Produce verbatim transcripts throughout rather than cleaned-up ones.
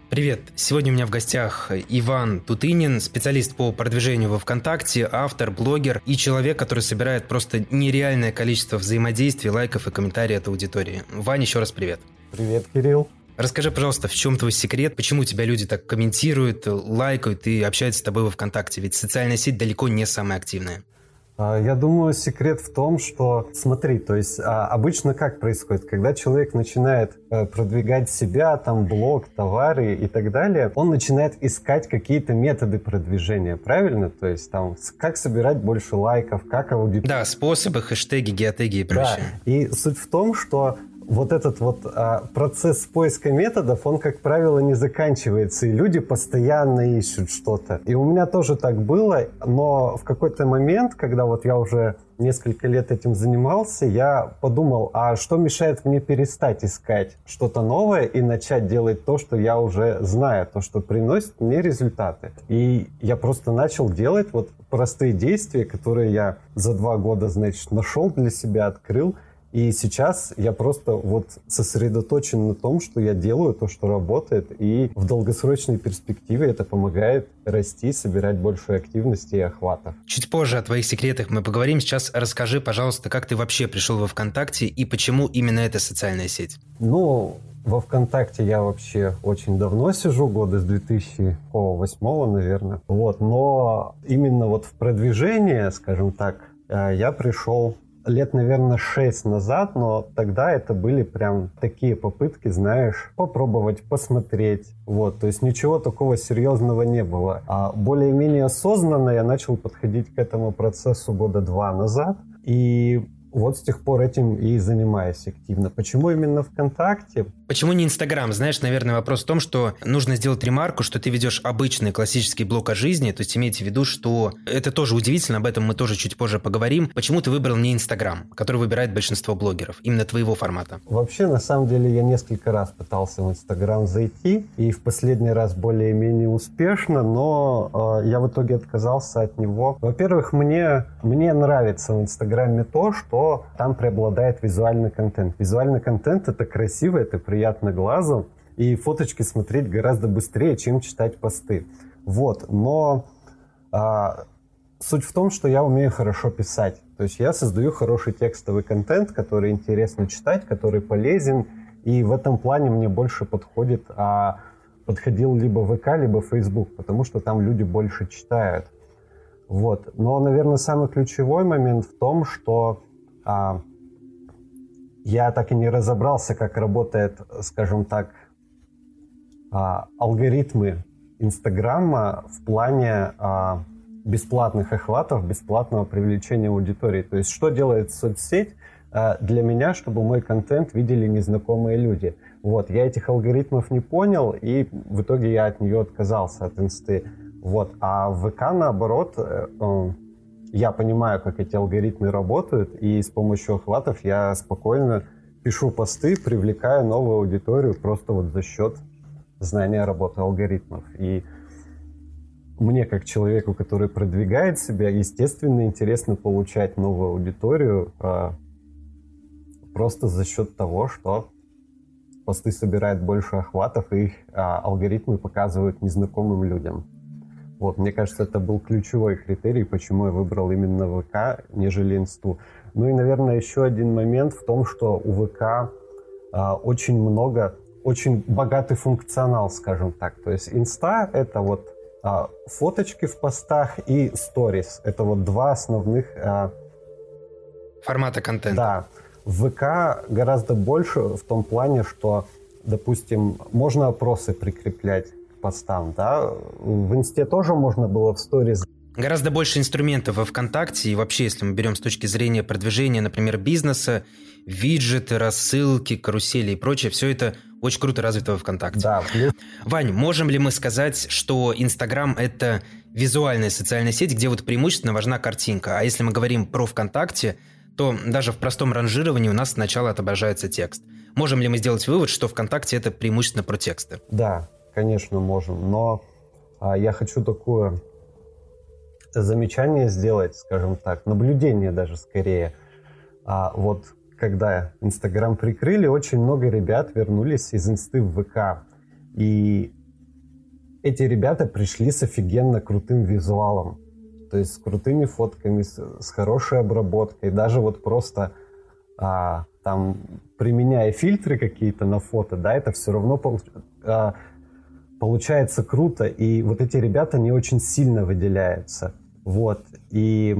Привет! Сегодня у меня в гостях Иван Тутынин, специалист по продвижению во ВКонтакте, автор, блогер и человек, который собирает просто нереальное количество взаимодействий, лайков и комментариев от аудитории. Вань, еще раз привет. Привет, Кирилл. Расскажи, пожалуйста, в чем твой секрет, почему тебя люди так комментируют, лайкают и общаются с тобой во ВКонтакте, ведь социальная сеть далеко не самая активная. Я думаю, секрет в том, что, смотри, то есть обычно как происходит, когда человек начинает продвигать себя, там, блог, товары и так далее, он начинает искать какие-то методы продвижения, правильно? То есть там, как собирать больше лайков, как аудиторию. Да, способы, хэштеги, геотеги и прочее. Да, и суть в том, что вот этот вот а, процесс поиска методов, он, как правило, не заканчивается, и люди постоянно ищут что-то. И у меня тоже так было, но в какой-то момент, когда вот я уже несколько лет этим занимался, я подумал, а что мешает мне перестать искать что-то новое и начать делать то, что я уже знаю, то, что приносит мне результаты. И я просто начал делать вот простые действия, которые я за два года, значит, нашел для себя, открыл. И сейчас я просто вот сосредоточен на том, что я делаю то, что работает, и в долгосрочной перспективе это помогает расти, собирать больше активности и охватов. Чуть позже о твоих секретах мы поговорим. Сейчас расскажи, пожалуйста, как ты вообще пришел во ВКонтакте и почему именно эта социальная сеть? Ну, во ВКонтакте я вообще очень давно сижу, года с две тысячи восьмого, наверное. Вот, но именно вот в продвижение, скажем так, я пришел лет, наверное, шесть назад, но тогда это были прям такие попытки, знаешь, попробовать, посмотреть. Вот, то есть ничего такого серьезного не было. А более-менее осознанно я начал подходить к этому процессу года два назад. И вот с тех пор этим и занимаюсь активно. Почему именно ВКонтакте? Почему не Инстаграм? Знаешь, наверное, вопрос в том, что нужно сделать ремарку, что ты ведешь обычный классический блог о жизни, то есть имейте в виду, что это тоже удивительно, об этом мы тоже чуть позже поговорим. Почему ты выбрал не Инстаграм, который выбирает большинство блогеров, именно твоего формата? Вообще, на самом деле, я несколько раз пытался в Инстаграм зайти, и в последний раз более-менее успешно, но э, я в итоге отказался от него. Во-первых, мне, мне нравится в Инстаграме то, что там преобладает визуальный контент. Визуальный контент — это красиво, это приятно. приятно глазу, и фоточки смотреть гораздо быстрее, чем читать посты. Вот, но а, суть в том, что я умею хорошо писать. То есть я создаю хороший текстовый контент, который интересно читать, который полезен, и в этом плане мне больше подходит, а, подходил либо ВК, либо Facebook, потому что там люди больше читают. Вот. Но, наверное, самый ключевой момент в том, что а, я так и не разобрался, как работает, скажем так, алгоритмы Инстаграма в плане бесплатных охватов, бесплатного привлечения аудитории. То есть, что делает соцсеть для меня, чтобы мой контент видели незнакомые люди. Вот, я этих алгоритмов не понял, и в итоге я от нее отказался, от Инсты. Вот, а в ВК, наоборот, я понимаю, как эти алгоритмы работают, и с помощью охватов я спокойно пишу посты, привлекаю новую аудиторию просто вот за счет знания работы алгоритмов. И мне, как человеку, который продвигает себя, естественно, интересно получать новую аудиторию просто за счет того, что посты собирают больше охватов, и их алгоритмы показывают незнакомым людям. Вот, мне кажется, это был ключевой критерий, почему я выбрал именно ВК, нежели Инсту. Ну и, наверное, еще один момент в том, что у ВК а, очень много, очень богатый функционал, скажем так. То есть Инста — это вот а, фоточки в постах и сторис. Это вот два основных а, формата контента. Да. В ВК гораздо больше в том плане, что, допустим, можно опросы прикреплять постам, да. В Инсте тоже можно было в сторис. Гораздо больше инструментов во ВКонтакте, и вообще, если мы берем с точки зрения продвижения, например, бизнеса, виджеты, рассылки, карусели и прочее, все это очень круто развито во ВКонтакте. Да. Вань, можем ли мы сказать, что Инстаграм — это визуальная социальная сеть, где вот преимущественно важна картинка, а если мы говорим про ВКонтакте, то даже в простом ранжировании у нас сначала отображается текст. Можем ли мы сделать вывод, что ВКонтакте — это преимущественно про тексты? Да. Конечно, можем, но а, я хочу такое замечание сделать, скажем так, наблюдение даже скорее. А, вот когда Инстаграм прикрыли, очень много ребят вернулись из Инсты в ВК. И эти ребята пришли с офигенно крутым визуалом. То есть с крутыми фотками, с, с хорошей обработкой. Даже вот просто а, там, применяя фильтры какие-то на фото, да, это все равно получ, а, получается круто. И вот эти ребята не очень сильно выделяются. Вот. И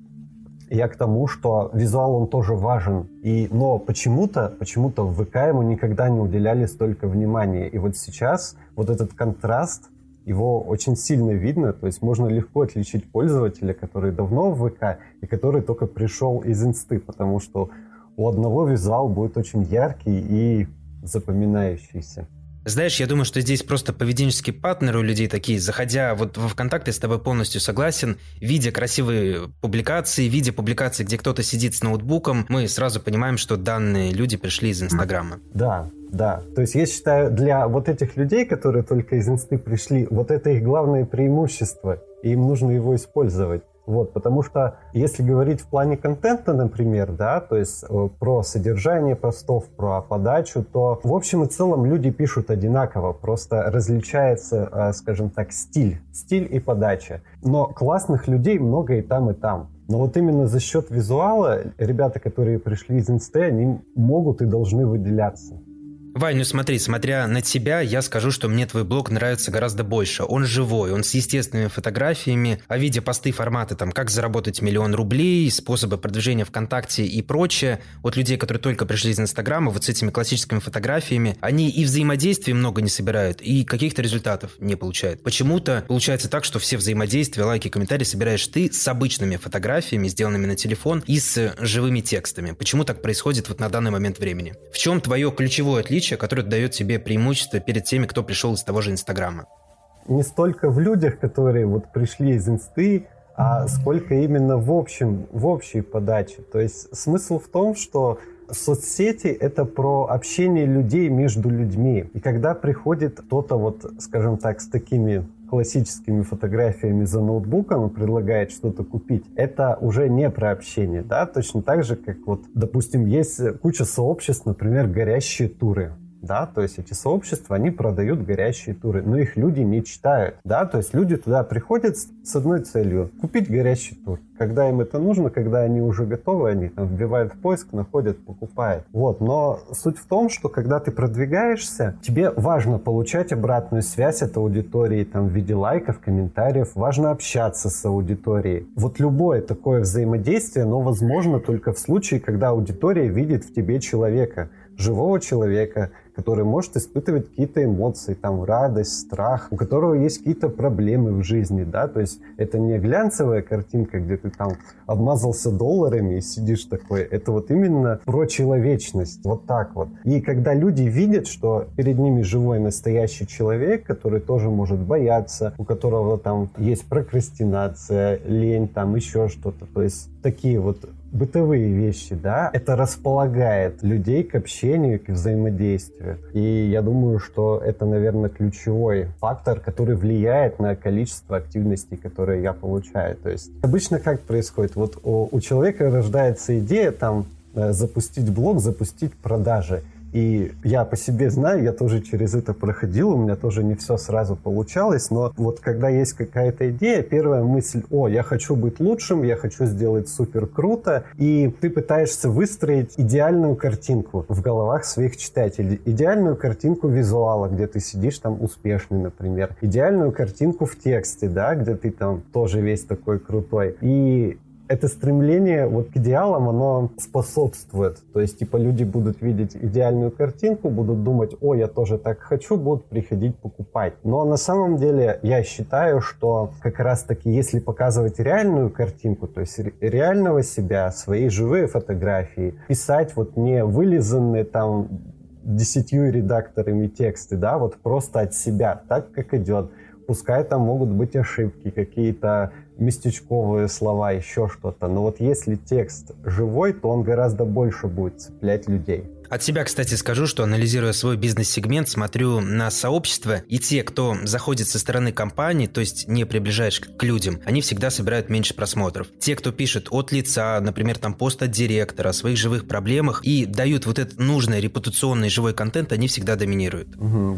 я к тому, что визуал, он тоже важен. И, но почему-то, почему-то в ВК ему никогда не уделяли столько внимания. И вот сейчас вот этот контраст, его очень сильно видно, то есть можно легко отличить пользователя, который давно в ВК и который только пришел из инсты, потому что у одного визуал будет очень яркий и запоминающийся. Знаешь, я думаю, что здесь просто поведенческие партнеры у людей такие. Заходя вот во ВКонтакте, я с тобой полностью согласен. Видя красивые публикации, видя публикации, где кто-то сидит с ноутбуком, мы сразу понимаим, что данные люди пришли из Инстаграма. Да, да. То есть я считаю, для вот этих людей, которые только из инсты пришли, вот это их главное преимущество, и им нужно его использовать. Вот, потому что если говорить в плане контента, например, да, то есть э, про содержание постов, про подачу, то в общем и целом люди пишут одинаково, просто различается, э, скажем так, стиль, стиль и подача. Но классных людей много и там, и там. Но вот именно за счет визуала ребята, которые пришли из инсты, они могут и должны выделяться. Вань, ну смотри, смотря на тебя, я скажу, что мне твой блог нравится гораздо больше. Он живой, он с естественными фотографиями, а видя посты формата, там, как заработать миллион рублей, способы продвижения ВКонтакте и прочее, от людей, которые только пришли из Инстаграма, вот с этими классическими фотографиями, они и взаимодействия много не собирают, и каких-то результатов не получают. Почему-то получается так, что все взаимодействия, лайки, комментарии собираешь ты с обычными фотографиями, сделанными на телефон, и с живыми текстами. Почему так происходит вот на данный момент времени? В чем твое ключевое отличие, которое дает тебе преимущество перед теми, кто пришел из того же Инстаграма? Не столько в людях, которые вот пришли из инсты, а сколько именно в общем, в общей подаче. То есть смысл в том, что соцсети — это про общение людей между людьми. И когда приходит кто-то, вот, скажем так, с такими классическими фотографиями за ноутбуком и предлагает что-то купить, это уже не про общение, да, точно так же, как вот, допустим, есть куча сообществ, например, горящие туры. Да, то есть эти сообщества, они продают горящие туры, но их люди не читают, да, то есть люди туда приходят с одной целью – купить горящий тур. Когда им это нужно, когда они уже готовы, они там вбивают в поиск, находят, покупают. Вот, но суть в том, что когда ты продвигаешься, тебе важно получать обратную связь от аудитории там, в виде лайков, комментариев, важно общаться с аудиторией. Вот любое такое взаимодействие, но возможно только в случае, когда аудитория видит в тебе человека, живого человека, который может испытывать какие-то эмоции, там, радость, страх, у которого есть какие-то проблемы в жизни, да, то есть это не глянцевая картинка, где ты там обмазался долларами и сидишь такой, это вот именно про человечность, вот так вот. И когда люди видят, что перед ними живой настоящий человек, который тоже может бояться, у которого там есть прокрастинация, лень, там еще что-то, то есть такие вот бытовые вещи, да, это располагает людей к общению, к взаимодействию. И я думаю, что это, наверное, ключевой фактор, который влияет на количество активностей, которые я получаю. То есть обычно как происходит? Вот у, у человека рождается идея там запустить блог, запустить продажи. И я по себе знаю, я тоже через это проходил, у меня тоже не все сразу получалось, но вот когда есть какая-то идея, первая мысль: о, я хочу быть лучшим, я хочу сделать супер круто, и ты пытаешься выстроить идеальную картинку в головах своих читателей, идеальную картинку визуала, где ты сидишь там успешный, например, идеальную картинку в тексте, да, где ты там тоже весь такой крутой, и это стремление вот к идеалам, оно способствует. То есть, типа, люди будут видеть идеальную картинку, будут думать: о, я тоже так хочу, будут приходить покупать. Но на самом деле я считаю, что как раз-таки, если показывать реальную картинку, то есть реального себя, свои живые фотографии, писать вот не вылизанные там десятью редакторами тексты, да, вот просто от себя, так как идет. Пускай там могут быть ошибки, какие-то местечковые слова, еще что-то. Но вот если текст живой, то он гораздо больше будет цеплять людей. От себя, кстати, скажу, что, анализируя свой бизнес-сегмент, смотрю на сообщества, и те, кто заходит со стороны компании, то есть не приближаешь к людям, они всегда собирают меньше просмотров. Те, кто пишет от лица, например, там пост от директора о своих живых проблемах и дают вот этот нужный репутационный живой контент, они всегда доминируют. Угу.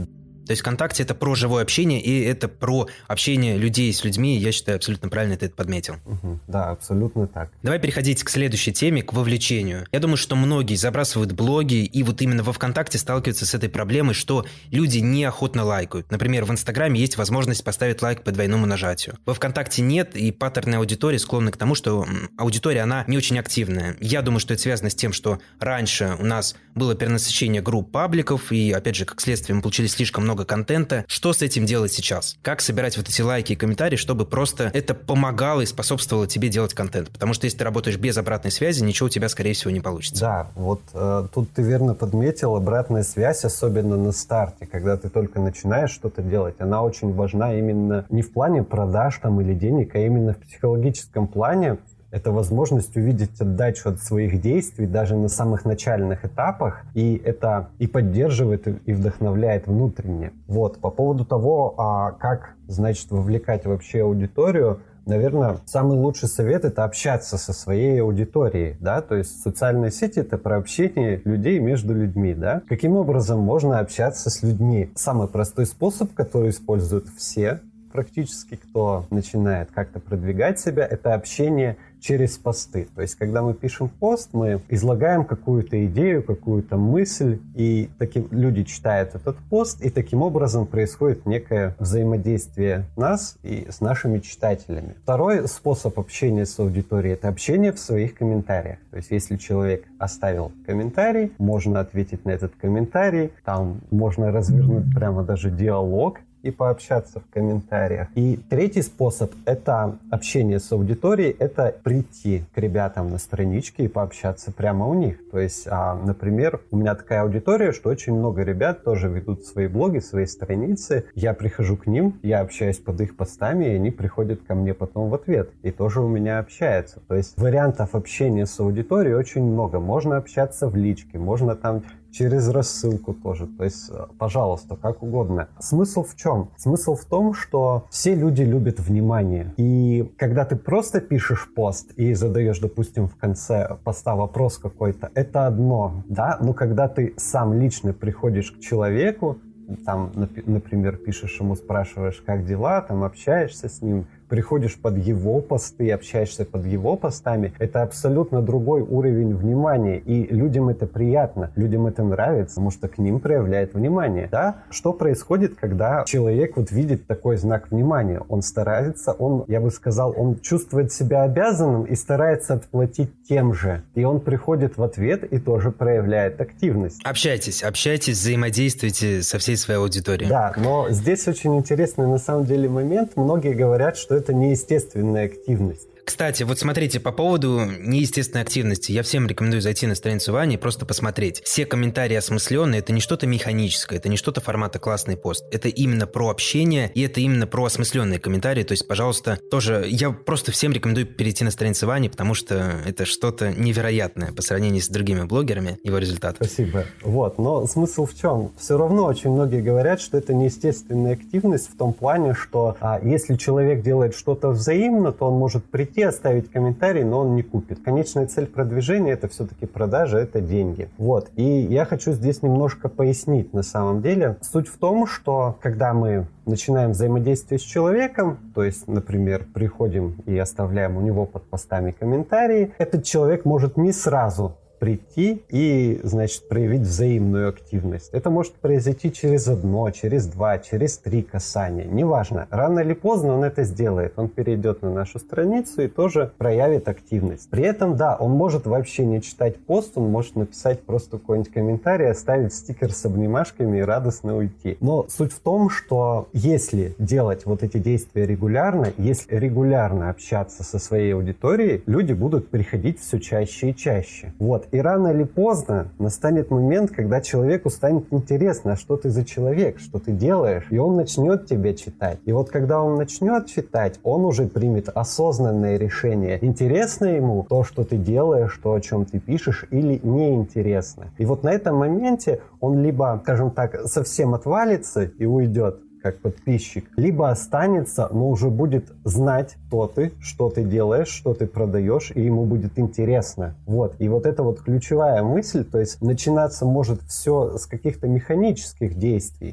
То есть ВКонтакте это про живое общение, и это про общение людей с людьми. Я считаю, абсолютно правильно ты это подметил. Угу. Да, абсолютно так. Давай переходить к следующей теме, к вовлечению. Я думаю, что многие забрасывают блоги, и вот именно во ВКонтакте сталкиваются с этой проблемой, что люди неохотно лайкают. Например, в Инстаграме есть возможность поставить лайк по двойному нажатию. Во ВКонтакте нет, и паттерны аудитории склонны к тому, что аудитория, она не очень активная. Я думаю, что это связано с тем, что раньше у нас было перенасыщение групп пабликов, и, опять же, как следствие, мы получили слишком много контента. Что с этим делать сейчас? Как собирать вот эти лайки и комментарии, чтобы просто это помогало и способствовало тебе делать контент? Потому что если ты работаешь без обратной связи, ничего у тебя, скорее всего, не получится. Да, вот э, тут ты верно подметил, обратная связь, особенно на старте, когда ты только начинаешь что-то делать, она очень важна именно не в плане продаж там или денег, а именно в психологическом плане. Это возможность увидеть отдачу от своих действий даже на самых начальных этапах, и это и поддерживает, и вдохновляет внутренне. Вот, по поводу того, а как, значит, вовлекать вообще аудиторию, наверное, самый лучший совет – это общаться со своей аудиторией, да, то есть социальные сети – это про общение людей между людьми, да. Каким образом можно общаться с людьми? Самый простой способ, который используют все, практически, кто начинает как-то продвигать себя, это общение через посты. То есть, когда мы пишем пост, мы излагаем какую-то идею, какую-то мысль, и таким, люди читают этот пост, и таким образом происходит некое взаимодействие нас и с нашими читателями. Второй способ общения с аудиторией – это общение в своих комментариях. То есть, если человек оставил комментарий, можно ответить на этот комментарий, там можно развернуть прямо даже диалог и пообщаться в комментариях. И третий способ – это общение с аудиторией, это прийти к ребятам на страничке и пообщаться прямо у них. То есть, а, например, у меня такая аудитория, что очень много ребят тоже ведут свои блоги, свои страницы. Я прихожу к ним, я общаюсь под их постами, и они приходят ко мне потом в ответ. И тоже у меня общаются. То есть вариантов общения с аудиторией очень много. Можно общаться в личке, можно там через рассылку тоже. То есть, пожалуйста, как угодно. Смысл в чем? Смысл в том, что все люди любят внимание. И когда ты просто пишешь пост и задаешь, допустим, в конце поста вопрос какой-то, это одно, да? Но когда ты сам лично приходишь к человеку, там, например, пишешь ему, спрашиваешь, как дела, там, общаешься с ним, приходишь под его посты, общаешься под его постами, это абсолютно другой уровень внимания, и людям это приятно, людям это нравится, потому что к ним проявляет внимание, да? Что происходит, когда человек вот видит такой знак внимания? Он старается, он, я бы сказал, он чувствует себя обязанным и старается отплатить тем же, и он приходит в ответ и тоже проявляет активность. Общайтесь, общайтесь, взаимодействуйте со всей своей аудиторией. Да, но здесь очень интересный на самом деле момент. Многие говорят, что это неестественная активность. Кстати, вот смотрите, по поводу неестественной активности. Я всем рекомендую зайти на страницу Вани и просто посмотреть. Все комментарии осмысленные, это не что-то механическое, это не что-то формата классный пост. Это именно про общение, и это именно про осмысленные комментарии. То есть, пожалуйста, тоже я просто всем рекомендую перейти на страницу Вани, потому что это что-то невероятное по сравнению с другими блогерами, его результат. Спасибо. Вот, но смысл в чем? Все равно очень многие говорят, что это неестественная активность в том плане, что а, если человек делает что-то взаимно, то он может прийти, оставить комментарий, но он не купит. Конечная цель продвижения – это все-таки продажа, это деньги. Вот. И я хочу здесь немножко пояснить на самом деле. Суть в том, что когда мы начинаем взаимодействие с человеком, то есть, например, приходим и оставляем у него под постами комментарии, этот человек может не сразу прийти и, значит, проявить взаимную активность. Это может произойти через одно, через два, через три касания. Неважно. Рано или поздно он это сделает. Он перейдет на нашу страницу и тоже проявит активность. При этом, да, он может вообще не читать пост, он может написать просто какой-нибудь комментарий, оставить стикер с обнимашками и радостно уйти. Но суть в том, что если делать вот эти действия регулярно, если регулярно общаться со своей аудиторией, люди будут приходить все чаще и чаще. Вот. И рано или поздно настанет момент, когда человеку станет интересно, что ты за человек, что ты делаешь, и он начнет тебя читать. И вот когда он начнет читать, он уже примет осознанное решение, интересно ему то, что ты делаешь, то, о чем ты пишешь, или неинтересно. И вот на этом моменте он либо, скажем так, совсем отвалится и уйдет, как подписчик, либо останется, но уже будет знать, кто ты, что ты делаешь, что ты продаешь, и ему будет интересно. Вот. И вот это вот ключевая мысль, то есть начинаться может все с каких-то механических действий,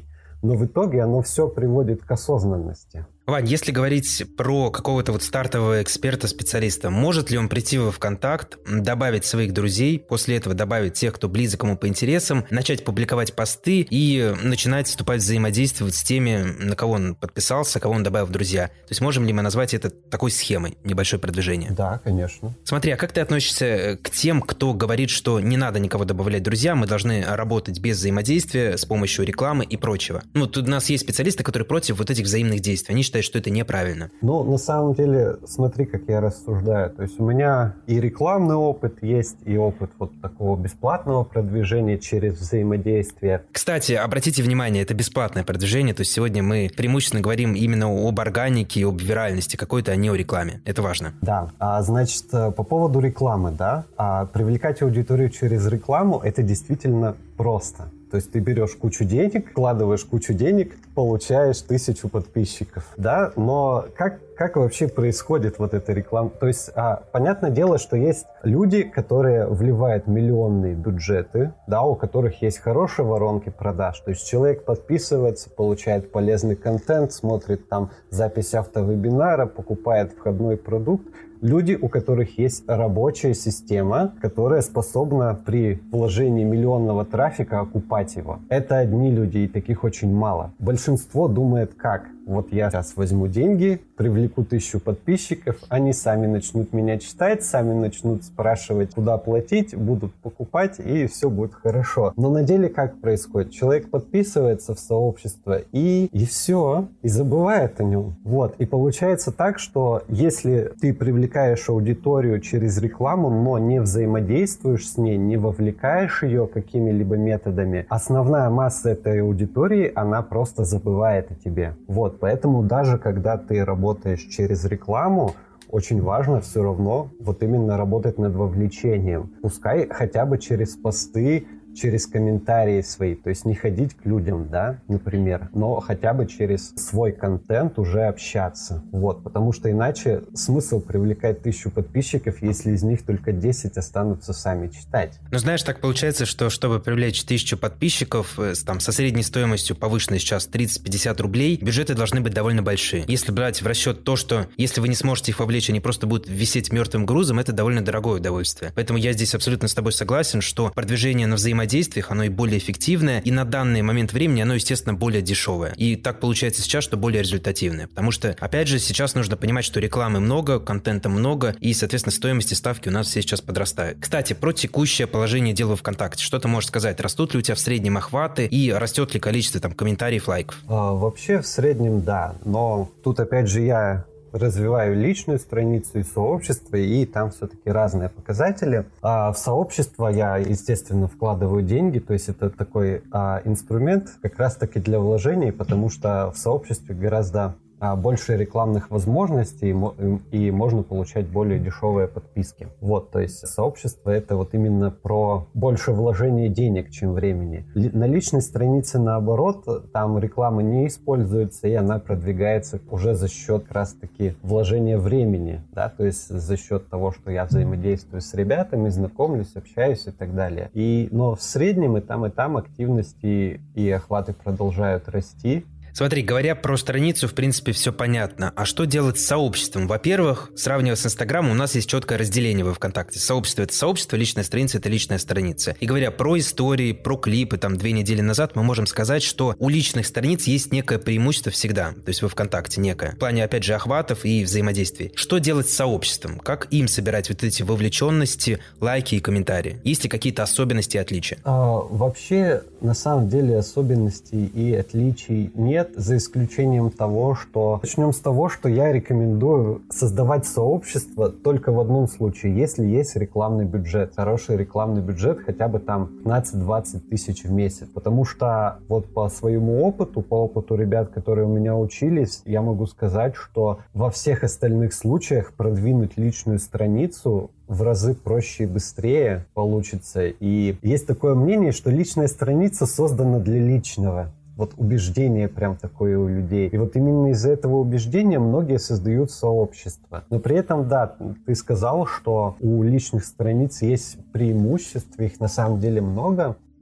но в итоге оно все приводит к осознанности. Вань, если говорить про какого-то вот стартового эксперта-специалиста, может ли он прийти во ВКонтакт, добавить своих друзей, после этого добавить тех, кто близок ему по интересам, начать публиковать посты и начинать вступать в взаимодействие с теми, на кого он подписался, кого он добавил в друзья? То есть можем ли мы назвать это такой схемой, небольшое продвижение? Да, конечно. Смотри, а как ты относишься к тем, кто говорит, что не надо никого добавлять в друзья, мы должны работать без взаимодействия, с помощью рекламы и прочего? Ну, тут у нас есть специалисты, которые против вот этих взаимных действий. Они считают, что это неправильно. Ну, на самом деле, смотри, как я рассуждаю. То есть у меня и рекламный опыт есть, и опыт вот такого бесплатного продвижения через взаимодействие. Кстати, обратите внимание, это бесплатное продвижение, то есть сегодня мы преимущественно говорим именно об органике и об виральности какой-то, а не о рекламе. Это важно. Да, а, значит, по поводу рекламы, да, а, привлекать аудиторию через рекламу – это действительно просто. То есть ты берешь кучу денег, вкладываешь кучу денег, получаешь тысячу подписчиков, да? Но как, как вообще происходит вот эта реклама? То есть, а, понятное дело, что есть люди, которые вливают миллионные бюджеты, да, у которых есть хорошие воронки продаж. То есть человек подписывается, получает полезный контент, смотрит там запись автовебинара, покупает входной продукт. Люди, у которых есть рабочая система, которая способна при вложении миллионного трафика окупать его. Это одни люди, и таких очень мало. Большинство думает как? Вот я сейчас возьму деньги, привлеку тысячу подписчиков, они сами начнут меня читать, сами начнут спрашивать, куда платить, будут покупать, и все будет хорошо. Но на деле как происходит? Человек подписывается в сообщество, и, и все, и забывает о нем. Вот, и получается так, что если ты привлекаешь аудиторию через рекламу, но не взаимодействуешь с ней, не вовлекаешь ее какими-либо методами, основная масса этой аудитории, она просто забывает о тебе. Вот. Поэтому даже когда ты работаешь через рекламу, очень важно все равно вот именно работать над вовлечением. Пускай хотя бы через посты, через комментарии свои, то есть не ходить к людям, да, например, но хотя бы через свой контент уже общаться, вот, потому что иначе смысл привлекать тысячу подписчиков, если из них только десять останутся сами читать. Ну, знаешь, так получается, что чтобы привлечь тысячу подписчиков, там, со средней стоимостью повышенной сейчас тридцать-пятьдесят рублей, бюджеты должны быть довольно большие. Если брать в расчет то, что если вы не сможете их вовлечь, они просто будут висеть мертвым грузом, это довольно дорогое удовольствие. Поэтому я здесь абсолютно с тобой согласен, что продвижение на взаимодействие действиях, оно и более эффективное, и на данный момент времени оно, естественно, более дешевое. И так получается сейчас, что более результативное. Потому что, опять же, сейчас нужно понимать, что рекламы много, контента много, и, соответственно, стоимости ставки у нас все сейчас подрастают. Кстати, про текущее положение дел во ВКонтакте. Что ты можешь сказать? Растут ли у тебя в среднем охваты и растет ли количество там комментариев, лайков? А, вообще, в среднем, да. Но тут, опять же, я развиваю личную страницу и сообщество, и там все-таки разные показатели. А в сообщество я, естественно, вкладываю деньги, то есть это такой а, инструмент как раз-таки для вложений, потому что в сообществе гораздо а, больше рекламных возможностей, и, и можно получать более дешевые подписки. Вот, то есть сообщество — это вот именно про больше вложения денег, чем времени. Ли, на личной странице, наоборот, там реклама не используется, и она продвигается уже за счет как раз-таки вложения времени, да, то есть за счет того, что я взаимодействую с ребятами, знакомлюсь, общаюсь и так далее. И, но в среднем и там, и там активности и охваты продолжают расти. Смотри, говоря про страницу, в принципе, все понятно. А что делать с сообществом? Во-первых, сравнивая с Инстаграмом, у нас есть четкое разделение во ВКонтакте. Сообщество — это сообщество, личная страница — это личная страница. И говоря про истории, про клипы, там, две недели назад, мы можем сказать, что у личных страниц есть некое преимущество всегда. То есть во ВКонтакте некое. В плане, опять же, охватов и взаимодействий. Что делать с сообществом? Как им собирать вот эти вовлеченности, лайки и комментарии? Есть ли какие-то особенности и отличия? А, вообще, на самом деле, особенностей и отличий нет, за исключением того, что... Начнем с того, что я рекомендую создавать сообщество только в одном случае, если есть рекламный бюджет. Хороший рекламный бюджет, хотя бы там пятнадцать-двадцать тысяч в месяц. Потому что вот по своему опыту, по опыту ребят, которые у меня учились, я могу сказать, что во всех остальных случаях продвинуть личную страницу в разы проще и быстрее получится. И есть такое мнение, что личная страница создана для личного. Вот убеждение прям такое у людей. И вот именно из-за этого убеждения многие создают сообщество. Но при этом, да, ты сказал, что у личных страниц есть преимущества, их на самом деле много.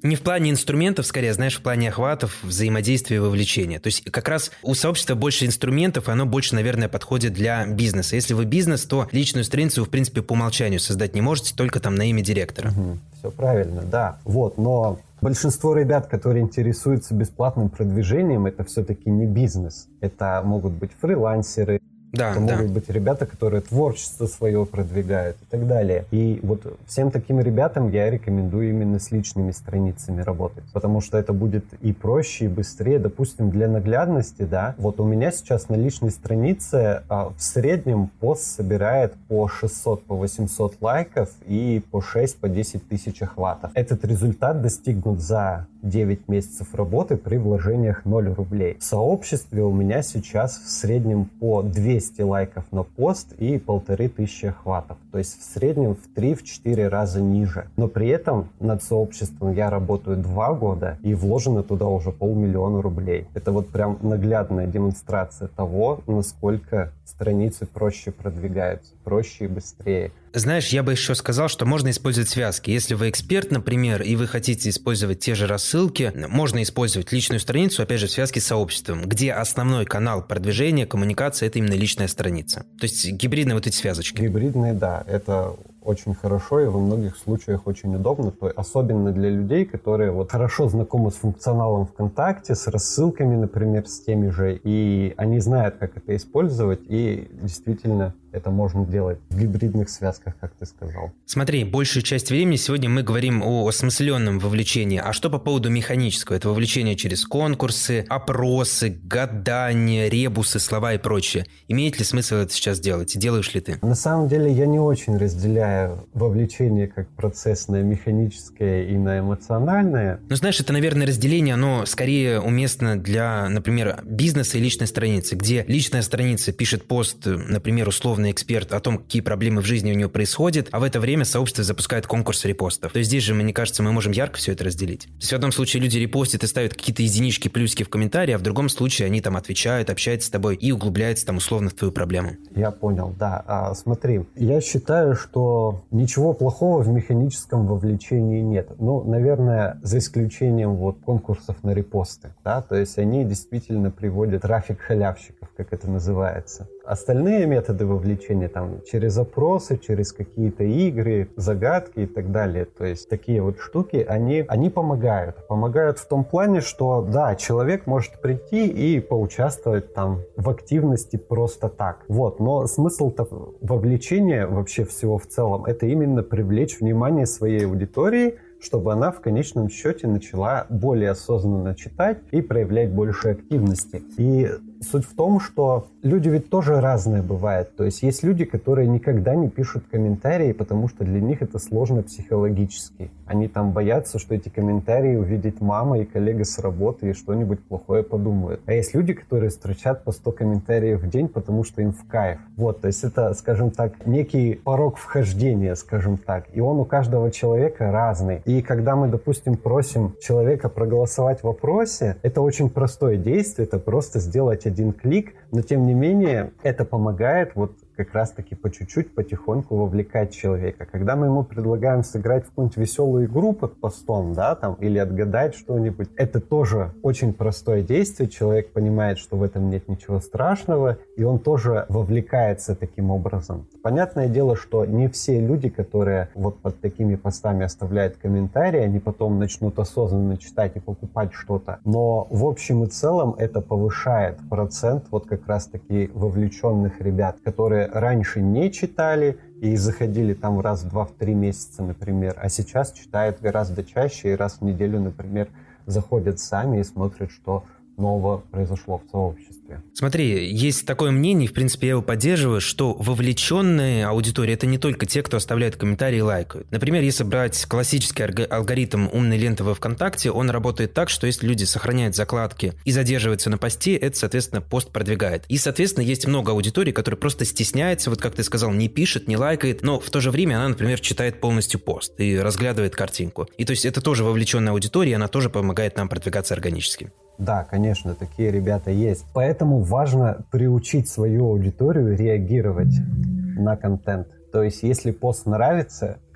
Не в плане инструментов, скорее, знаешь, в плане охватов, взаимодействия и вовлечения. То есть как раз у сообщества больше инструментов, и оно больше, наверное, подходит для бизнеса. Если вы бизнес, то личную страницу вы, в принципе, по умолчанию создать не можете, только там на имя директора. Угу. Все правильно, да. Вот, но большинство ребят, которые интересуются бесплатным продвижением, это все-таки не бизнес. Это могут быть фрилансеры, Да, это да. могут быть ребята, которые творчество свое продвигают и так далее. И вот всем таким ребятам я рекомендую именно с личными страницами работать, потому что это будет и проще, и быстрее. Допустим, для наглядности, да, вот у меня сейчас на личной странице а, в среднем пост собирает по шестьсот, по восемьсот лайков и по шесть, по десять тысяч охватов. Этот результат достигнут за девять месяцев работы при вложениях ноль рублей. В сообществе у меня сейчас в среднем по двести лайков на пост и полторы тысячи охватов. То есть в среднем в три-четыре раза ниже. Но при этом над сообществом я работаю два года и вложено туда уже полмиллиона рублей. Это вот прям наглядная демонстрация того, насколько страницы проще продвигаются, проще и быстрее. Знаешь, я бы еще сказал, что можно использовать связки. Если вы эксперт, например, и вы хотите использовать те же рассылки, можно использовать личную страницу, опять же, в связке с сообществом, где основной канал продвижения, коммуникации – это именно личная страница. То есть гибридные вот эти связочки. Гибридные, да, это очень хорошо и во многих случаях очень удобно, то, особенно для людей, которые вот хорошо знакомы с функционалом ВКонтакте, с рассылками, например, с теми же, и они знают, как это использовать, и действительно это можно делать в гибридных связках, как ты сказал. Смотри, большую часть времени сегодня мы говорим о осмысленном вовлечении. А что по поводу механического? Это вовлечение через конкурсы, опросы, гадания, ребусы, слова и прочее. Имеет ли смысл это сейчас делать? Делаешь ли ты? На самом деле я не очень разделяю вовлечение как процесс на механическое и на эмоциональное. Ну, знаешь, это, наверное, разделение, оно скорее уместно для, например, бизнеса и личной страницы, где личная страница пишет пост, например, условный эксперт о том, какие проблемы в жизни у него происходят, а в это время сообщество запускает конкурс репостов. То есть здесь же, мне кажется, мы можем ярко все это разделить. То есть в одном случае люди репостят и ставят какие-то единички, плюсики в комментарии, а в другом случае они там отвечают, общаются с тобой и углубляются там условно в твою проблему. Я понял, да. А, смотри, я считаю, что ничего плохого в механическом вовлечении нет. Ну, наверное, за исключением вот конкурсов на репосты, да, то есть они действительно приводят трафик халявщиков, как это называется. Остальные методы вовлечения, там, через опросы, через какие-то игры, загадки и так далее, то есть такие вот штуки, они, они помогают. Помогают в том плане, что, да, человек может прийти и поучаствовать там в активности просто так. Вот, но смысл-то вовлечения вообще всего в целом, это именно привлечь внимание своей аудитории, чтобы она в конечном счете начала более осознанно читать и проявлять больше активности. И суть в том, что люди ведь тоже разные бывают. То есть есть люди, которые никогда не пишут комментарии, потому что для них это сложно психологически. Они там боятся, что эти комментарии увидит мама и коллега с работы и что-нибудь плохое подумают. А есть люди, которые строчат по сто комментариев в день, потому что им в кайф. Вот, то есть это, скажем так, некий порог вхождения, скажем так. И он у каждого человека разный. И когда мы, допустим, просим человека проголосовать в опросе, это очень простое действие, это просто сделать один клик, но тем не менее это помогает вот как раз-таки по чуть-чуть, потихоньку вовлекать человека. Когда мы ему предлагаем сыграть в какую-нибудь веселую игру под постом, да, там, или отгадать что-нибудь, это тоже очень простое действие, человек понимает, что в этом нет ничего страшного, и он тоже вовлекается таким образом. Понятное дело, что не все люди, которые вот под такими постами оставляют комментарии, они потом начнут осознанно читать и покупать что-то, но в общем и целом это повышает процент вот как раз-таки вовлеченных ребят, которые раньше не читали и заходили там раз в два-три месяца, например, а сейчас читают гораздо чаще и раз в неделю, например, заходят сами и смотрят, что нового произошло в сообществе. Смотри, есть такое мнение, в принципе, я его поддерживаю, что вовлеченные аудитории – это не только те, кто оставляют комментарии и лайкают. Например, если брать классический алгоритм умной ленты во ВКонтакте, он работает так, что если люди сохраняют закладки и задерживаются на посте, это, соответственно, пост продвигает. И, соответственно, есть много аудитории, которые просто стесняется, вот как ты сказал, не пишет, не лайкает, но в то же время она, например, читает полностью пост и разглядывает картинку. И то есть это тоже вовлеченная аудитория, она тоже помогает нам продвигаться органически. Да, конечно, такие ребята есть. Поэтому важно приучить свою аудиторию реагировать на контент. То есть, если пост нравится,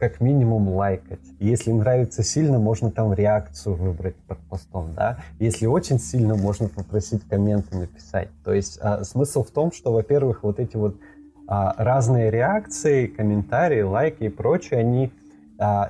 как минимум лайкать. Если нравится сильно, можно там реакцию выбрать под постом, да. Если очень сильно, можно попросить комменты написать. То есть а, смысл в том, что, во-первых, вот эти вот а, разные реакции, комментарии, лайки и прочее, они а,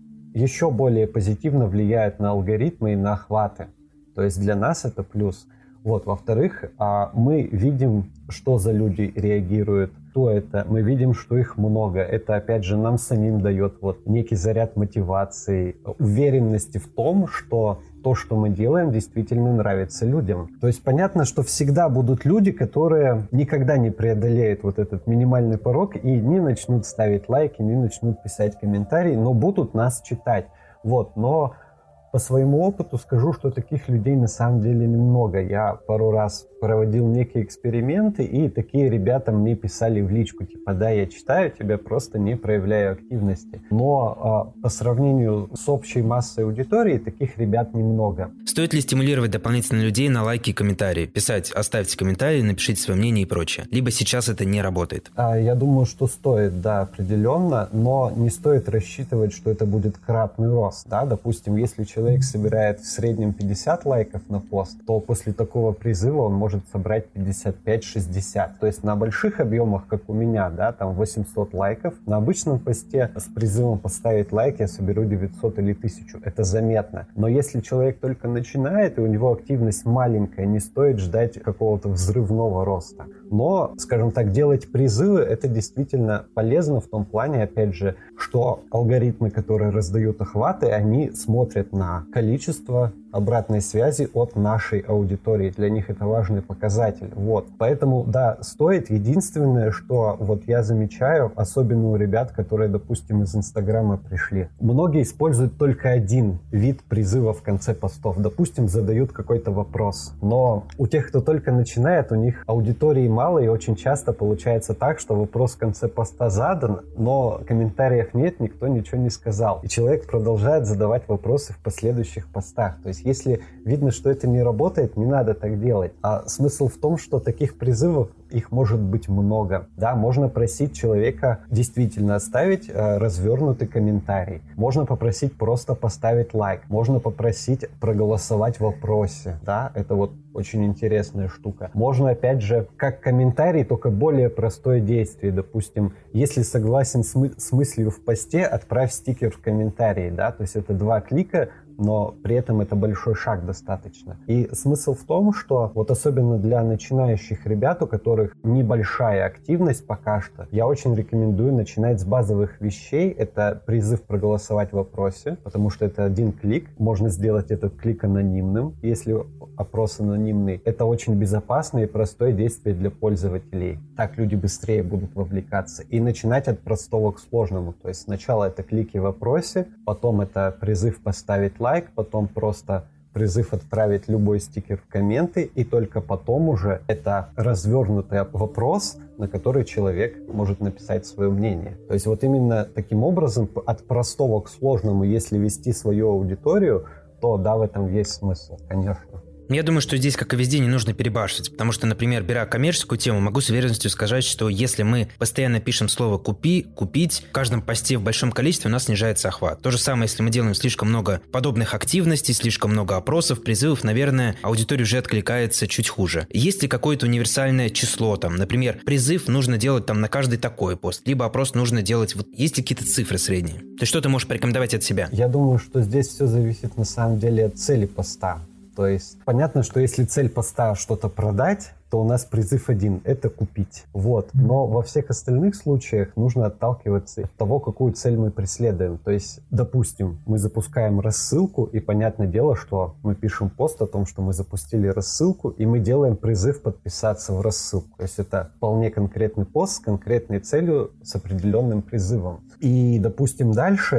еще более позитивно влияют на алгоритмы и на охваты. То есть для нас это плюс. Вот, во-вторых, мы видим, что за люди реагируют, кто это, мы видим, что их много. Это, опять же, нам самим дает вот некий заряд мотивации, уверенности в том, что то, что мы делаем, действительно нравится людям. То есть понятно, что всегда будут люди, которые никогда не преодолеют вот этот минимальный порог и не начнут ставить лайки, не начнут писать комментарии, но будут нас читать. Вот, но по своему опыту скажу, что таких людей на самом деле немного. Я пару раз проводил некие эксперименты, и такие ребята мне писали в личку, типа, да, я читаю тебя, просто не проявляю активности. Но а, по сравнению с общей массой аудитории, таких ребят немного. Стоит ли стимулировать дополнительно людей на лайки и комментарии? Писать, оставьте комментарии, напишите свое мнение и прочее. Либо сейчас это не работает? А, я думаю, что стоит, да, определенно, но не стоит рассчитывать, что это будет кратный рост, да, допустим, если человек Человек собирает в среднем пятьдесят лайков на пост, то после такого призыва он может собрать пятьдесят пять - шестьдесят. То есть на больших объемах, как у меня, да, там восемьсот лайков, на обычном посте с призывом поставить лайк я соберу девятьсот или тысячу. Это заметно. Но если человек только начинает, и у него активность маленькая, не стоит ждать какого-то взрывного роста. Но, скажем так, делать призывы — это действительно полезно в том плане, опять же, что алгоритмы, которые раздают охваты, они смотрят на количество обратной связи от нашей аудитории. Для них это важный показатель. Вот. Поэтому, да, стоит. Единственное, что вот я замечаю, особенно у ребят, которые, допустим, из Инстаграма пришли. Многие используют только один вид призыва в конце постов. Допустим, задают какой-то вопрос. Но у тех, кто только начинает, у них аудитории мало, и очень часто получается так, что вопрос в конце поста задан, но комментариев нет, никто ничего не сказал. И человек продолжает задавать вопросы в последующих постах. То есть если видно, что это не работает, не надо так делать. А смысл в том, что таких призывов, их может быть много. Да, можно просить человека действительно оставить э, развернутый комментарий. Можно попросить просто поставить лайк. Можно попросить проголосовать в вопросе. Да, это вот очень интересная штука. Можно, опять же, как комментарий, только более простое действие. Допустим, если согласен с, мы- с мыслью в посте, отправь стикер в комментарии. Да? То есть это два клика, но при этом это большой шаг достаточно. И смысл в том, что вот особенно для начинающих ребят, у которых небольшая активность пока что, я очень рекомендую начинать с базовых вещей. Это призыв проголосовать в вопросе, потому что это один клик. Можно сделать этот клик анонимным, если опрос анонимный. Это очень безопасное и простое действие для пользователей. Так люди быстрее будут вовлекаться. И начинать от простого к сложному. То есть сначала это клики в вопросе, потом это призыв поставить лайк, потом просто призыв отправить любой стикер в комменты, и только потом уже это развернутый вопрос, на который человек может написать свое мнение. То есть вот именно таким образом от простого к сложному, если вести свою аудиторию, то да, в этом есть смысл, конечно. Я думаю, что здесь, как и везде, не нужно перебарщивать, потому что, например, беря коммерческую тему, могу с уверенностью сказать, что если мы постоянно пишем слово «купи», «купить», в каждом посте в большом количестве у нас снижается охват. То же самое, если мы делаем слишком много подобных активностей, слишком много опросов, призывов, наверное, аудитория уже откликается чуть хуже. Есть ли какое-то универсальное число, там, например, призыв нужно делать там на каждый такой пост, либо опрос нужно делать, вот есть ли какие-то цифры средние? Ты что ты можешь порекомендовать от себя? Я думаю, что здесь все зависит на самом деле от цели поста. То есть понятно, что если цель поста что-то продать, то у нас призыв один – это купить. Вот. Но во всех остальных случаях нужно отталкиваться от того, какую цель мы преследуем. То есть, допустим, мы запускаем рассылку, и понятное дело, что мы пишем пост о том, что мы запустили рассылку, и мы делаем призыв подписаться в рассылку. То есть это вполне конкретный пост с конкретной целью, с определенным призывом. И, допустим, дальше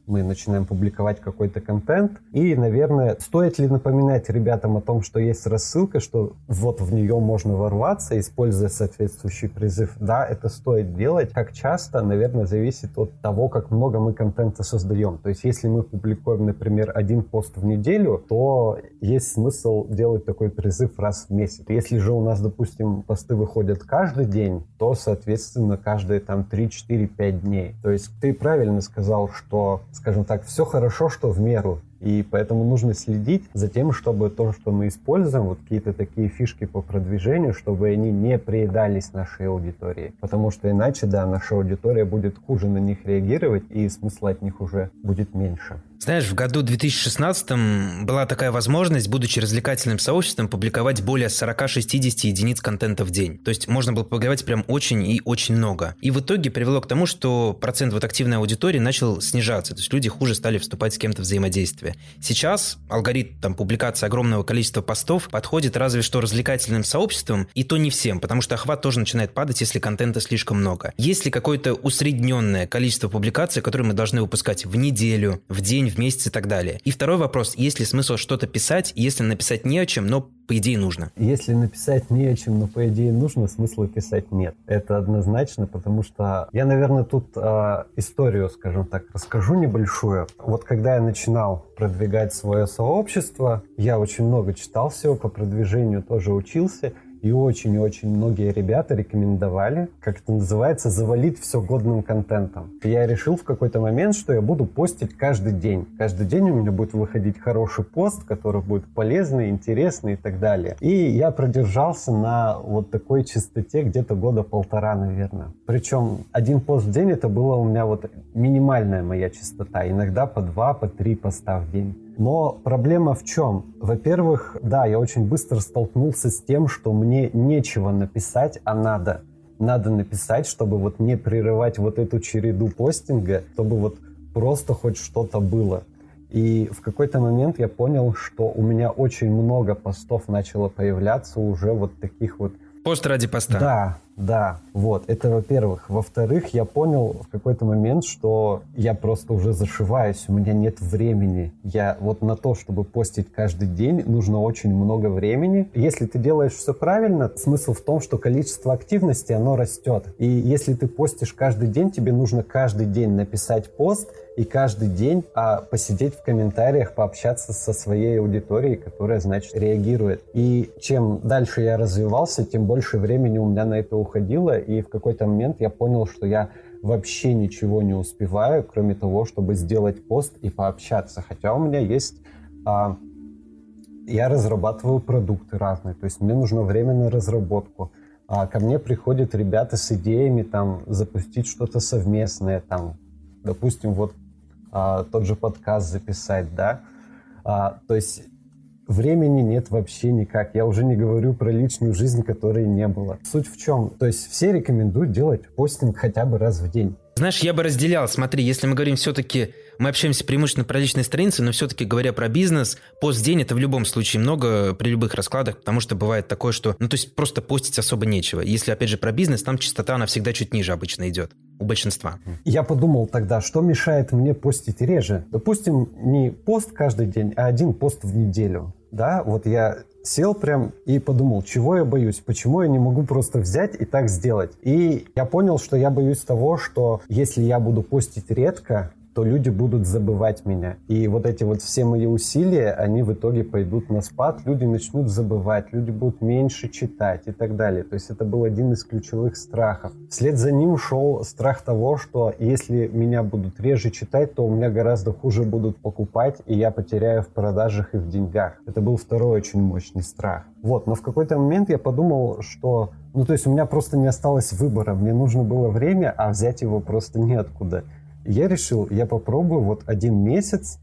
мы начинаем публиковать какой-то контент. И, наверное, стоит ли напоминать ребятам о том, что есть рассылка, что вот в нее можно ворваться, используя соответствующий призыв? Да, это стоит делать. Как часто, наверное, зависит от того, как много мы контента создаем. То есть, если мы публикуем, например, один пост в неделю, то есть смысл делать такой призыв раз в месяц. Если же у нас, допустим, посты выходят каждый день, то, соответственно, каждые там три, четыре, пять дней. То есть ты правильно сказал, что, скажем так, все хорошо, что в меру. И поэтому нужно следить за тем, чтобы то, что мы используем, вот какие-то такие фишки по продвижению, чтобы они не приедались нашей аудитории. Потому что иначе, да, наша аудитория будет хуже на них реагировать, и смысла от них уже будет меньше. Знаешь, в году две тысячи шестнадцатом была такая возможность, будучи развлекательным сообществом, публиковать более сорок-шестьдесят единиц контента в день. То есть можно было публиковать прям очень и очень много. И в итоге привело к тому, что процент вот активной аудитории начал снижаться. То есть люди хуже стали вступать с кем-то в взаимодействие. Сейчас алгоритм там, публикации огромного количества постов подходит разве что развлекательным сообществам, и то не всем, потому что охват тоже начинает падать, если контента слишком много. Есть ли какое-то усредненное количество публикаций, которые мы должны выпускать в неделю, в день, в месяц и так далее? И второй вопрос, есть ли смысл что-то писать, если написать не о чем, но по идее нужно? Если написать не о чем, но по идее нужно, смысла писать нет. Это однозначно, потому что я, наверное, тут э, историю, скажем так, расскажу небольшую. Вот когда я начинал продвигать свое сообщество, я очень много читал всего по продвижению, тоже учился. И очень-очень многие ребята рекомендовали, как это называется, завалить все годным контентом. И я решил в какой-то момент, что я буду постить каждый день. Каждый день у меня будет выходить хороший пост, который будет полезный, интересный и так далее. И я продержался на вот такой частоте где-то года полтора, наверное. Причем один пост в день это была у меня вот минимальная моя частота. Иногда по два, по три поста в день. Но проблема в чем? Во-первых, да, я очень быстро столкнулся с тем, что мне нечего написать, а надо. Надо написать, чтобы вот не прерывать вот эту череду постинга, чтобы вот просто хоть что-то было. И в какой-то момент я понял, что у меня очень много постов начало появляться уже вот таких вот. Пост ради поста. Да, да, вот, это во-первых. Во-вторых, я понял в какой-то момент, что я просто уже зашиваюсь, у меня нет времени. Я вот на то, чтобы постить каждый день, нужно очень много времени. Если ты делаешь все правильно, смысл в том, что количество активности, оно растет. И если ты постишь каждый день, тебе нужно каждый день написать пост, и каждый день а, посидеть в комментариях, пообщаться со своей аудиторией, которая, значит, реагирует. И чем дальше я развивался, тем больше времени у меня на это уходило, и в какой-то момент я понял, что я вообще ничего не успеваю, кроме того, чтобы сделать пост и пообщаться. Хотя у меня есть... А, я разрабатываю продукты разные, то есть мне нужно время на разработку. А ко мне приходят ребята с идеями там запустить что-то совместное, там, допустим, вот а, тот же подкаст записать, да, а, то есть времени нет вообще никак. Я уже не говорю про личную жизнь, которой не было. Суть в чем? То есть все рекомендуют делать постинг хотя бы раз в день. Знаешь, я бы разделял, смотри, если мы говорим все-таки, мы общаемся преимущественно про личные страницы, но все-таки говоря про бизнес, пост в день это в любом случае много при любых раскладах, потому что бывает такое, что, ну то есть просто постить особо нечего. Если опять же про бизнес, там частота, она всегда чуть ниже обычно идет. У большинства. Я подумал тогда, что мешает мне постить реже. Допустим, не пост каждый день, а один пост в неделю. Да, вот я сел прям и подумал, чего я боюсь, почему я не могу просто взять и так сделать. И я понял, что я боюсь того, что если я буду постить редко, то люди будут забывать меня. И вот эти вот все мои усилия, они в итоге пойдут на спад, люди начнут забывать, люди будут меньше читать и так далее. То есть это был один из ключевых страхов. Вслед за ним шел страх того, что если меня будут реже читать, то у меня гораздо хуже будут покупать, и я потеряю в продажах и в деньгах. Это был второй очень мощный страх. Вот, но в какой-то момент я подумал, что, ну то есть у меня просто не осталось выбора, мне нужно было время, а взять его просто неоткуда. Я решил, я попробую вот один месяц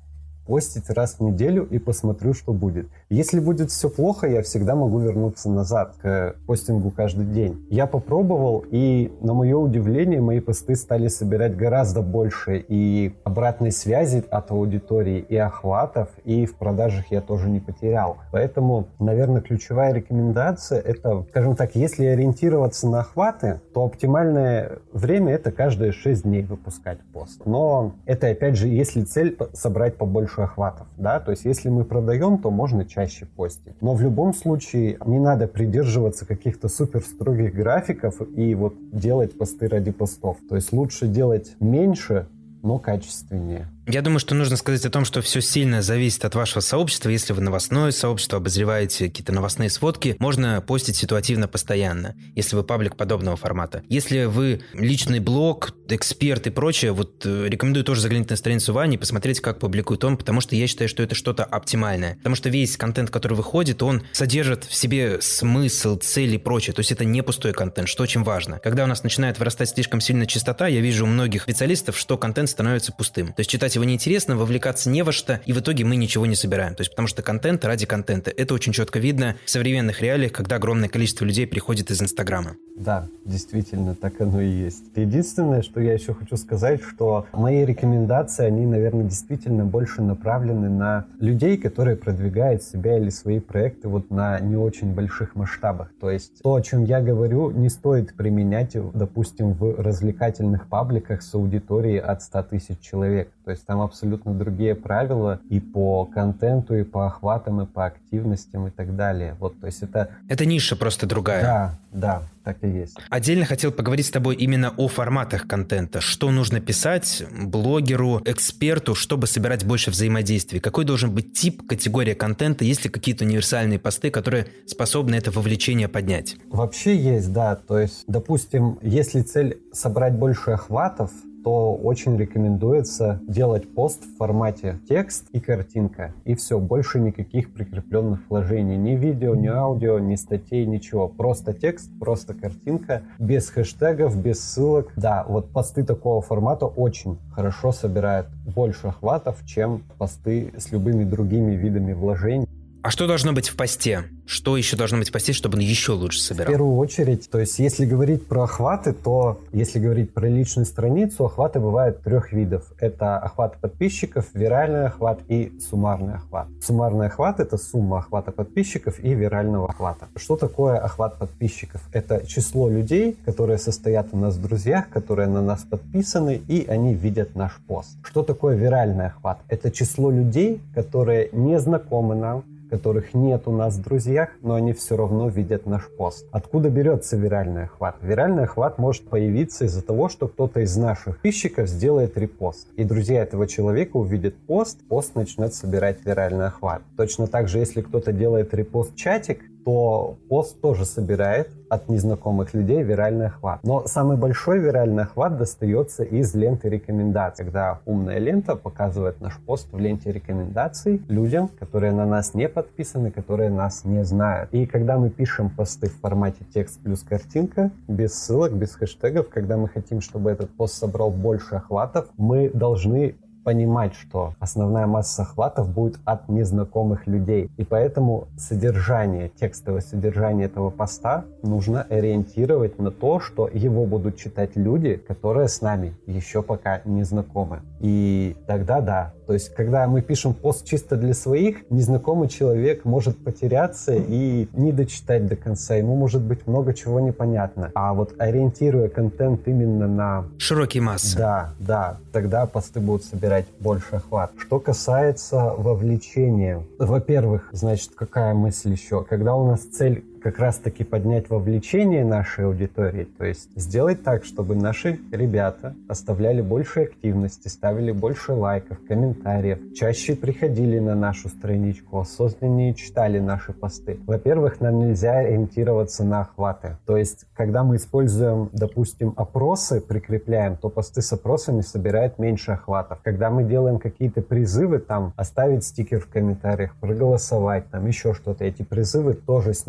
постить раз в неделю и посмотрю, что будет. Если будет все плохо, я всегда могу вернуться назад к постингу каждый день. Я попробовал, и, на мое удивление, мои посты стали собирать гораздо больше и обратной связи от аудитории, и охватов, и в продажах я тоже не потерял. Поэтому, наверное, ключевая рекомендация — это, скажем так, если ориентироваться на охваты, то оптимальное время — это каждые шесть дней выпускать пост. Но это, опять же, если цель собрать побольше охватов, да, то есть если мы продаем, то можно чаще постить. Но в любом случае не надо придерживаться каких-то супер строгих графиков и вот делать посты ради постов. То есть лучше делать меньше, но качественнее. Я думаю, что нужно сказать о том, что все сильно зависит от вашего сообщества. Если вы новостное сообщество, обозреваете какие-то новостные сводки, можно постить ситуативно постоянно, если вы паблик подобного формата. Если вы личный блог, эксперт и прочее, вот рекомендую тоже заглянуть на страницу Вани и посмотреть, как публикует он, потому что я считаю, что это что-то оптимальное. Потому что весь контент, который выходит, он содержит в себе смысл, цель и прочее. То есть это не пустой контент, что очень важно. Когда у нас начинает вырастать слишком сильно частота, я вижу у многих специалистов, что контент становится пустым. То есть читать его неинтересно, вовлекаться не во что, и в итоге мы ничего не собираем. То есть потому что контент ради контента. Это очень четко видно в современных реалиях, когда огромное количество людей приходит из Инстаграма. Да, действительно, так оно и есть. Единственное, что я еще хочу сказать, что мои рекомендации, они, наверное, действительно больше направлены на людей, которые продвигают себя или свои проекты вот на не очень больших масштабах. То есть то, о чем я говорю, не стоит применять, допустим, в развлекательных пабликах с аудиторией от ста тысяч человек. То есть там абсолютно другие правила и по контенту, и по охватам, и по активностям и так далее. Вот, то есть это... Это ниша просто другая. Да, да, так и есть. Отдельно хотел поговорить с тобой именно о форматах контента. Что нужно писать блогеру, эксперту, чтобы собирать больше взаимодействий? Какой должен быть тип, категория контента? Есть ли какие-то универсальные посты, которые способны это вовлечение поднять? Вообще есть, да. То есть, допустим, если цель собрать больше охватов, то очень рекомендуется делать пост в формате текст и картинка. И все, больше никаких прикрепленных вложений. Ни видео, ни аудио, ни статей, ничего. Просто текст, просто картинка, без хэштегов, без ссылок. Да, вот посты такого формата очень хорошо собирают больше охватов, чем посты с любыми другими видами вложений. А что должно быть в посте? Что еще должно быть в посте, чтобы он еще лучше собирал? В первую очередь, то есть если говорить про охваты, то если говорить про личную страницу, охваты бывают трех видов. Это охват подписчиков, виральный охват и суммарный охват. Суммарный охват — это сумма охвата подписчиков и вирального охвата. Что такое охват подписчиков? Это число людей, которые состоят у нас в друзьях, которые на нас подписаны, и они видят наш пост. Что такое виральный охват? Это число людей, которые не знакомы нам, которых нет у нас в друзьях, но они все равно видят наш пост. Откуда берется виральный охват? Виральный охват может появиться из-за того, что кто-то из наших подписчиков сделает репост. И друзья этого человека увидят пост, пост начнет собирать виральный охват. Точно так же, если кто-то делает репост в чатик, то пост тоже собирает от незнакомых людей виральный охват. Но самый большой виральный охват достается из ленты рекомендаций, когда умная лента показывает наш пост в ленте рекомендаций людям, которые на нас не подписаны, которые нас не знают. И когда мы пишем посты в формате текст плюс картинка, без ссылок, без хэштегов, когда мы хотим, чтобы этот пост собрал больше охватов, мы должны понимать, что основная масса охватов будет от незнакомых людей. И поэтому содержание, текстовое содержание этого поста нужно ориентировать на то, что его будут читать люди, которые с нами еще пока не знакомы. И тогда да. То есть, когда мы пишем пост чисто для своих, незнакомый человек может потеряться и не дочитать до конца. Ему может быть много чего непонятно. А вот ориентируя контент именно на... широкие массы. Да, да. Тогда посты будут собирать больше охват. Что касается вовлечения. Во-первых, значит, какая мысль еще? Когда у нас цель как раз-таки поднять вовлечение нашей аудитории, то есть сделать так, чтобы наши ребята оставляли больше активности, ставили больше лайков, комментариев, чаще приходили на нашу страничку, осознаннее читали наши посты. Во-первых, нам нельзя ориентироваться на охваты. То есть, когда мы используем, допустим, опросы, прикрепляем, то посты с опросами собирают меньше охватов. Когда мы делаем какие-то призывы, там, оставить стикер в комментариях, проголосовать, там, еще что-то, эти призывы тоже снижают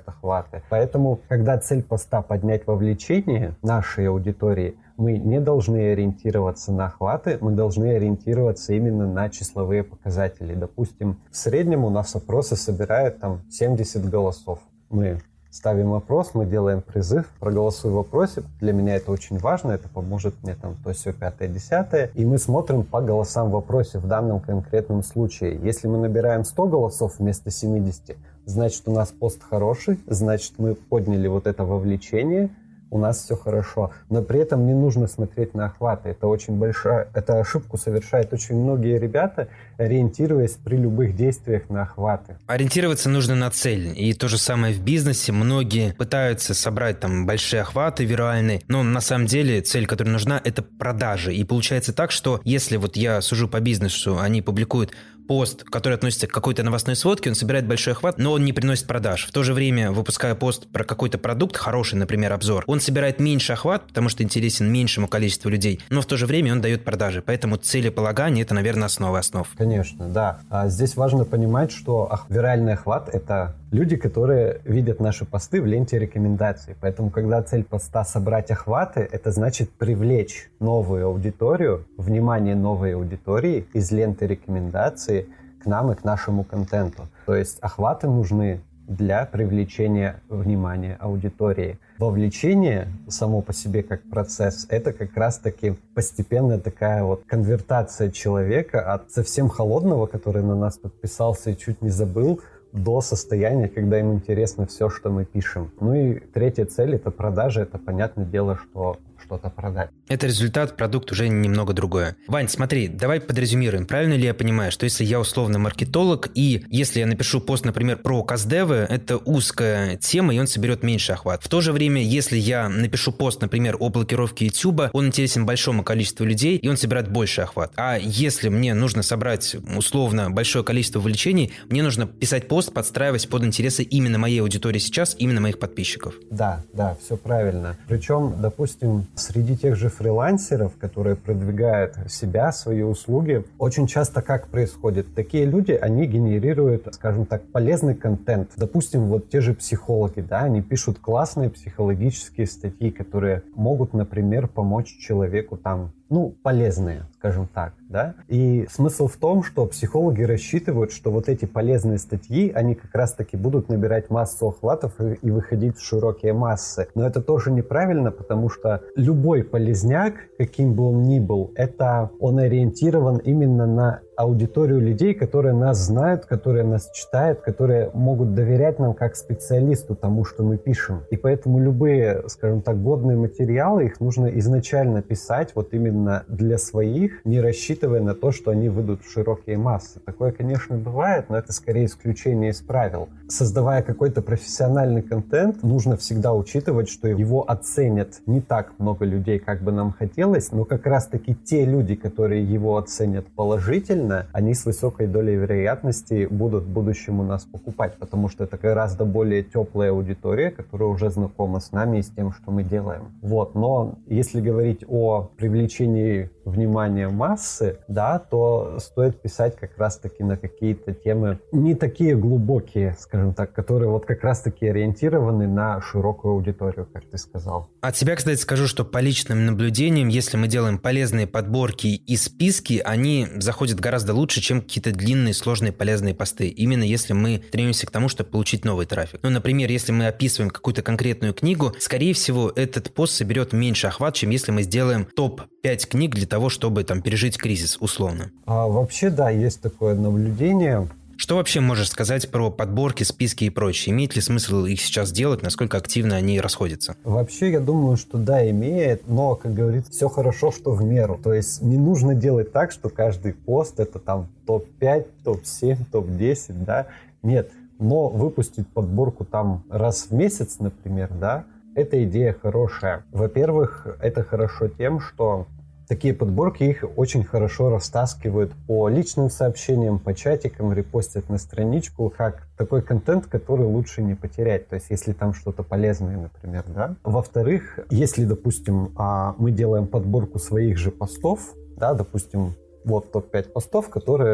собирают охваты. Поэтому, когда цель поста поднять вовлечение нашей аудитории, мы не должны ориентироваться на охваты, мы должны ориентироваться именно на числовые показатели. Допустим, в среднем у нас опросы собирают там семьдесят голосов. Мы ставим опрос, мы делаем призыв, проголосуй в опросе. Для меня это очень важно, это поможет мне там то все пятое, десятое. И мы смотрим по голосам в вопросе в данном конкретном случае. Если мы набираем сто голосов вместо семидесяти, значит у нас пост хороший, значит мы подняли вот это вовлечение, у нас все хорошо. Но при этом не нужно смотреть на охваты. Это очень большая, эту ошибку совершают очень многие ребята, ориентируясь при любых действиях на охваты. Ориентироваться нужно на цель. И то же самое в бизнесе. Многие пытаются собрать там большие охваты виральные, но на самом деле цель, которая нужна, это продажи. И получается так, что если вот я сужу по бизнесу, они публикуют пост, который относится к какой-то новостной сводке, он собирает большой охват, но он не приносит продаж. В то же время, выпуская пост про какой-то продукт, хороший, например, обзор, он собирает меньше охват, потому что интересен меньшему количеству людей, но в то же время он дает продажи. Поэтому целеполагание – это, наверное, основа основ. Конечно, да. А здесь важно понимать, что виральный охват – это люди, которые видят наши посты в ленте рекомендаций. Поэтому, когда цель поста собрать охваты, это значит привлечь новую аудиторию, внимание новой аудитории из ленты рекомендаций к нам и к нашему контенту. То есть охваты нужны для привлечения внимания аудитории. Вовлечение само по себе как процесс, это как раз-таки постепенная такая вот конвертация человека от совсем холодного, который на нас подписался и чуть не забыл, до состояния, когда им интересно все, что мы пишем. Ну и третья цель — это продажи. Это понятное дело, что что-то продать. Это результат, продукт уже немного другое. Вань, смотри, давай подрезюмируем. Правильно ли я понимаю, что если я условно маркетолог, и если я напишу пост, например, про каздевы, это узкая тема, и он соберет меньше охват. В то же время, если я напишу пост, например, о блокировке YouTube, он интересен большому количеству людей, и он собирает больше охват. А если мне нужно собрать условно большое количество вовлечений, мне нужно писать пост, подстраиваясь под интересы именно моей аудитории сейчас, именно моих подписчиков. Да, да, все правильно. Причем, допустим, среди тех же фрилансеров, которые продвигают себя, свои услуги, очень часто как происходит? Такие люди, они генерируют, скажем так, полезный контент. Допустим, вот те же психологи, да, они пишут классные психологические статьи, которые могут, например, помочь человеку там, ну, полезные, скажем так, да. И смысл в том, что психологи рассчитывают, что вот эти полезные статьи, они как раз-таки будут набирать массу охватов и, и выходить в широкие массы. Но это тоже неправильно, потому что любой полезняк, каким бы он ни был, это он ориентирован именно на аудиторию людей, которые нас знают, которые нас читают, которые могут доверять нам как специалисту тому, что мы пишем. И поэтому любые, скажем так, годные материалы, их нужно изначально писать вот именно для своих, не рассчитывая на то, что они выйдут в широкие массы. Такое, конечно, бывает, но это скорее исключение из правил. Создавая какой-то профессиональный контент, нужно всегда учитывать, что его оценят не так много людей, как бы нам хотелось, но как раз-таки те люди, которые его оценят положительно, они с высокой долей вероятности будут в будущем у нас покупать, потому что это гораздо более теплая аудитория, которая уже знакома с нами и с тем, что мы делаем. Вот. Но если говорить о привлечении внимания массы, да, то стоит писать как раз-таки на какие-то темы не такие глубокие, скажем так, которые вот как раз-таки ориентированы на широкую аудиторию, как ты сказал. От себя, кстати, скажу, что по личным наблюдениям, если мы делаем полезные подборки и списки, они заходят гораздо лучше, чем какие-то длинные, сложные, полезные посты. Именно если мы стремимся к тому, чтобы получить новый трафик. Ну, например, если мы описываем какую-то конкретную книгу, скорее всего, этот пост соберет меньше охват, чем если мы сделаем топ пять книг для того, чтобы там пережить кризис, условно. А, вообще, да, есть такое наблюдение. Что вообще можешь сказать про подборки, списки и прочее? Имеет ли смысл их сейчас делать? Насколько активно они расходятся? Вообще, я думаю, что да, имеет, но, как говорится, все хорошо, что в меру. То есть не нужно делать так, что каждый пост это там топ пять, топ семь, топ десять, да. Нет, но выпустить подборку там раз в месяц, например, да, эта идея хорошая. Во-первых, это хорошо тем, что такие подборки, их очень хорошо растаскивают по личным сообщениям, по чатикам, репостят на страничку, как такой контент, который лучше не потерять. То есть, если там что-то полезное, например, да. Во-вторых, если, допустим, мы делаем подборку своих же постов, да, допустим, вот топ пять постов, которые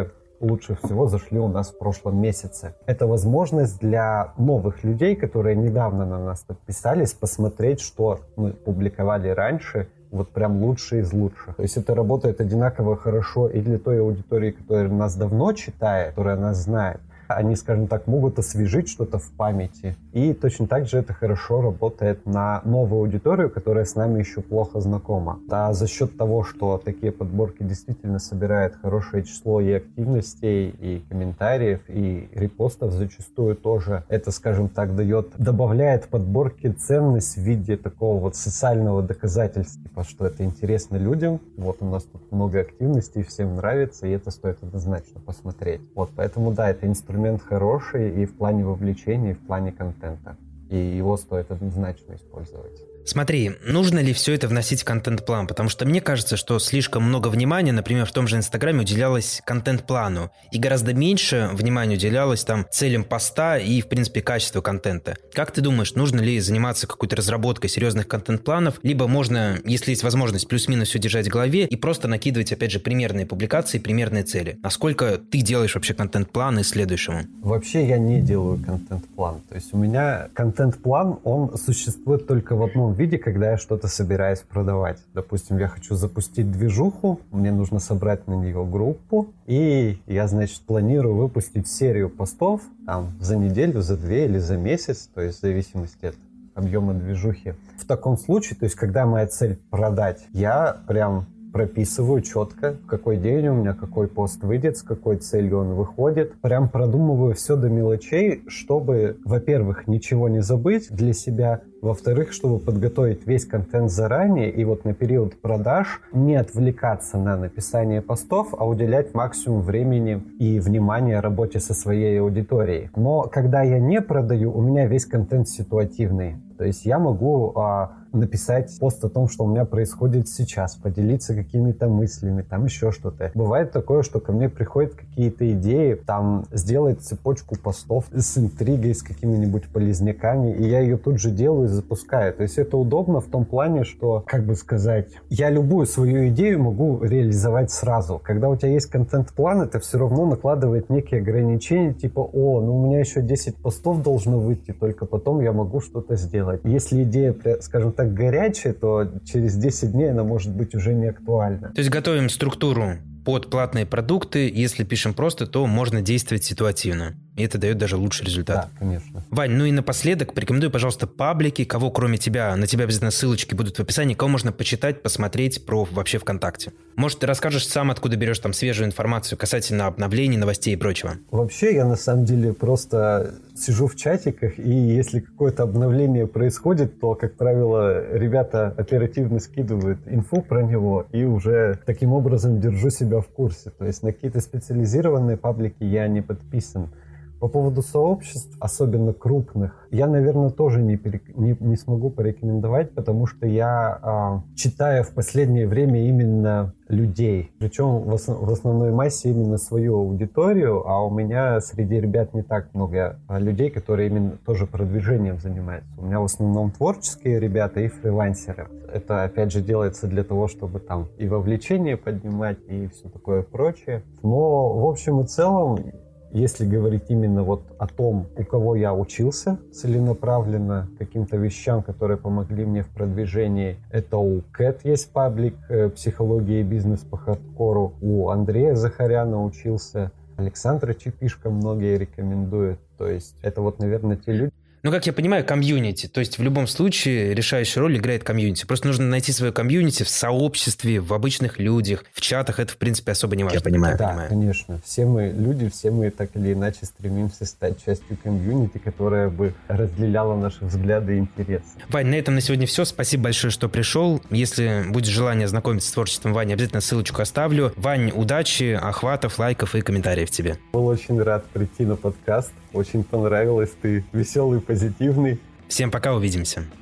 лучше всего зашли у нас в прошлом месяце. Это возможность для новых людей, которые недавно на нас подписались, посмотреть, что мы публиковали раньше, вот прям лучшие из лучших. То есть это работает одинаково хорошо и для той аудитории, которая нас давно читает, которая нас знает. Они, скажем так, могут освежить что-то в памяти. И точно так же это хорошо работает на новую аудиторию, которая с нами еще плохо знакома. А за счет того, что такие подборки действительно собирают хорошее число и активностей, и комментариев, и репостов зачастую тоже, это, скажем так, дает, добавляет подборке ценность в виде такого вот социального доказательства, типа, что это интересно людям. Вот у нас тут много активностей, всем нравится, и это стоит однозначно посмотреть. Вот, поэтому да, это инструмент хороший и в плане вовлечения, и в плане контента. И его стоит однозначно использовать. Смотри, нужно ли все это вносить в контент-план? Потому что мне кажется, что слишком много внимания, например, в том же Инстаграме уделялось контент-плану, и гораздо меньше внимания уделялось там целям поста и, в принципе, качеству контента. Как ты думаешь, нужно ли заниматься какой-то разработкой серьезных контент-планов, либо можно, если есть возможность, плюс-минус все держать в голове и просто накидывать, опять же, примерные публикации, примерные цели? Насколько ты делаешь вообще контент-план и следуешь ему? Вообще я не делаю контент-план. То есть у меня контент-план, он существует только в одном виде, когда я что-то собираюсь продавать. Допустим, я хочу запустить движуху, мне нужно собрать на нее группу, и я, значит, планирую выпустить серию постов там за неделю, за две или за месяц, то есть в зависимости от объема движухи. В таком случае, то есть когда моя цель продать, я прям прописываю четко, в какой день у меня какой пост выйдет, с какой целью он выходит. Прям продумываю все до мелочей, чтобы, во-первых, ничего не забыть для себя, во-вторых, чтобы подготовить весь контент заранее и вот на период продаж не отвлекаться на написание постов, а уделять максимум времени и внимания работе со своей аудиторией. Но когда я не продаю, у меня весь контент ситуативный. То есть я могу а, написать пост о том, что у меня происходит сейчас, поделиться какими-то мыслями, там еще что-то. Бывает такое, что ко мне приходят какие-то идеи, там сделать цепочку постов с интригой, с какими-нибудь полезняками, и я ее тут же делаю и запускаю. То есть это удобно в том плане, что, как бы сказать, я любую свою идею могу реализовать сразу. Когда у тебя есть контент-план, это все равно накладывает некие ограничения, типа, о, ну у меня еще десять постов должно выйти, только потом я могу что-то сделать. Если идея, скажем так, горячая, то через десять дней она может быть уже не актуальна. То есть готовим структуру под платные продукты. Если пишем просто, то можно действовать ситуативно. И это дает даже лучший результат. Да, конечно. Вань, ну и напоследок порекомендуй, пожалуйста, паблики, кого кроме тебя, на тебя обязательно ссылочки будут в описании, кого можно почитать, посмотреть про вообще ВКонтакте. Может, ты расскажешь сам, откуда берешь там свежую информацию касательно обновлений, новостей и прочего? Вообще, я на самом деле просто сижу в чатиках, и если какое-то обновление происходит, то, как правило, ребята оперативно скидывают инфу про него, и уже таким образом держу себя в курсе. То есть на какие-то специализированные паблики я не подписан. По поводу сообществ, особенно крупных, я, наверное, тоже не, перек... не, не смогу порекомендовать, потому что я а, читаю в последнее время именно людей. Причем в, ос... в основной массе именно свою аудиторию, а у меня среди ребят не так много людей, которые именно тоже продвижением занимаются. У меня в основном творческие ребята и фрилансеры. Это, опять же, делается для того, чтобы там и вовлечение поднимать, и все такое прочее. Но, в общем и целом, если говорить именно вот о том, у кого я учился целенаправленно, каким-то вещам, которые помогли мне в продвижении, это у Кэт есть паблик «Психология и бизнес по хардкору», у Андрея Захаряна учился, Александра Чепишко многие рекомендуют. То есть это вот, наверное, те люди. Ну, как я понимаю, комьюнити. То есть в любом случае решающую роль играет комьюнити. Просто нужно найти свое комьюнити в сообществе, в обычных людях, в чатах. Это, в принципе, особо не важно. Я понимаю. Да, понимаю. Конечно. Все мы люди, все мы так или иначе стремимся стать частью комьюнити, которая бы разделяла наши взгляды и интересы. Вань, на этом на сегодня все. Спасибо большое, что пришел. Если будет желание ознакомиться с творчеством Вани, обязательно ссылочку оставлю. Вань, удачи, охватов, лайков и комментариев тебе. Был очень рад прийти на подкаст. Очень понравилось. Ты веселый, позитивный. Всем пока, увидимся.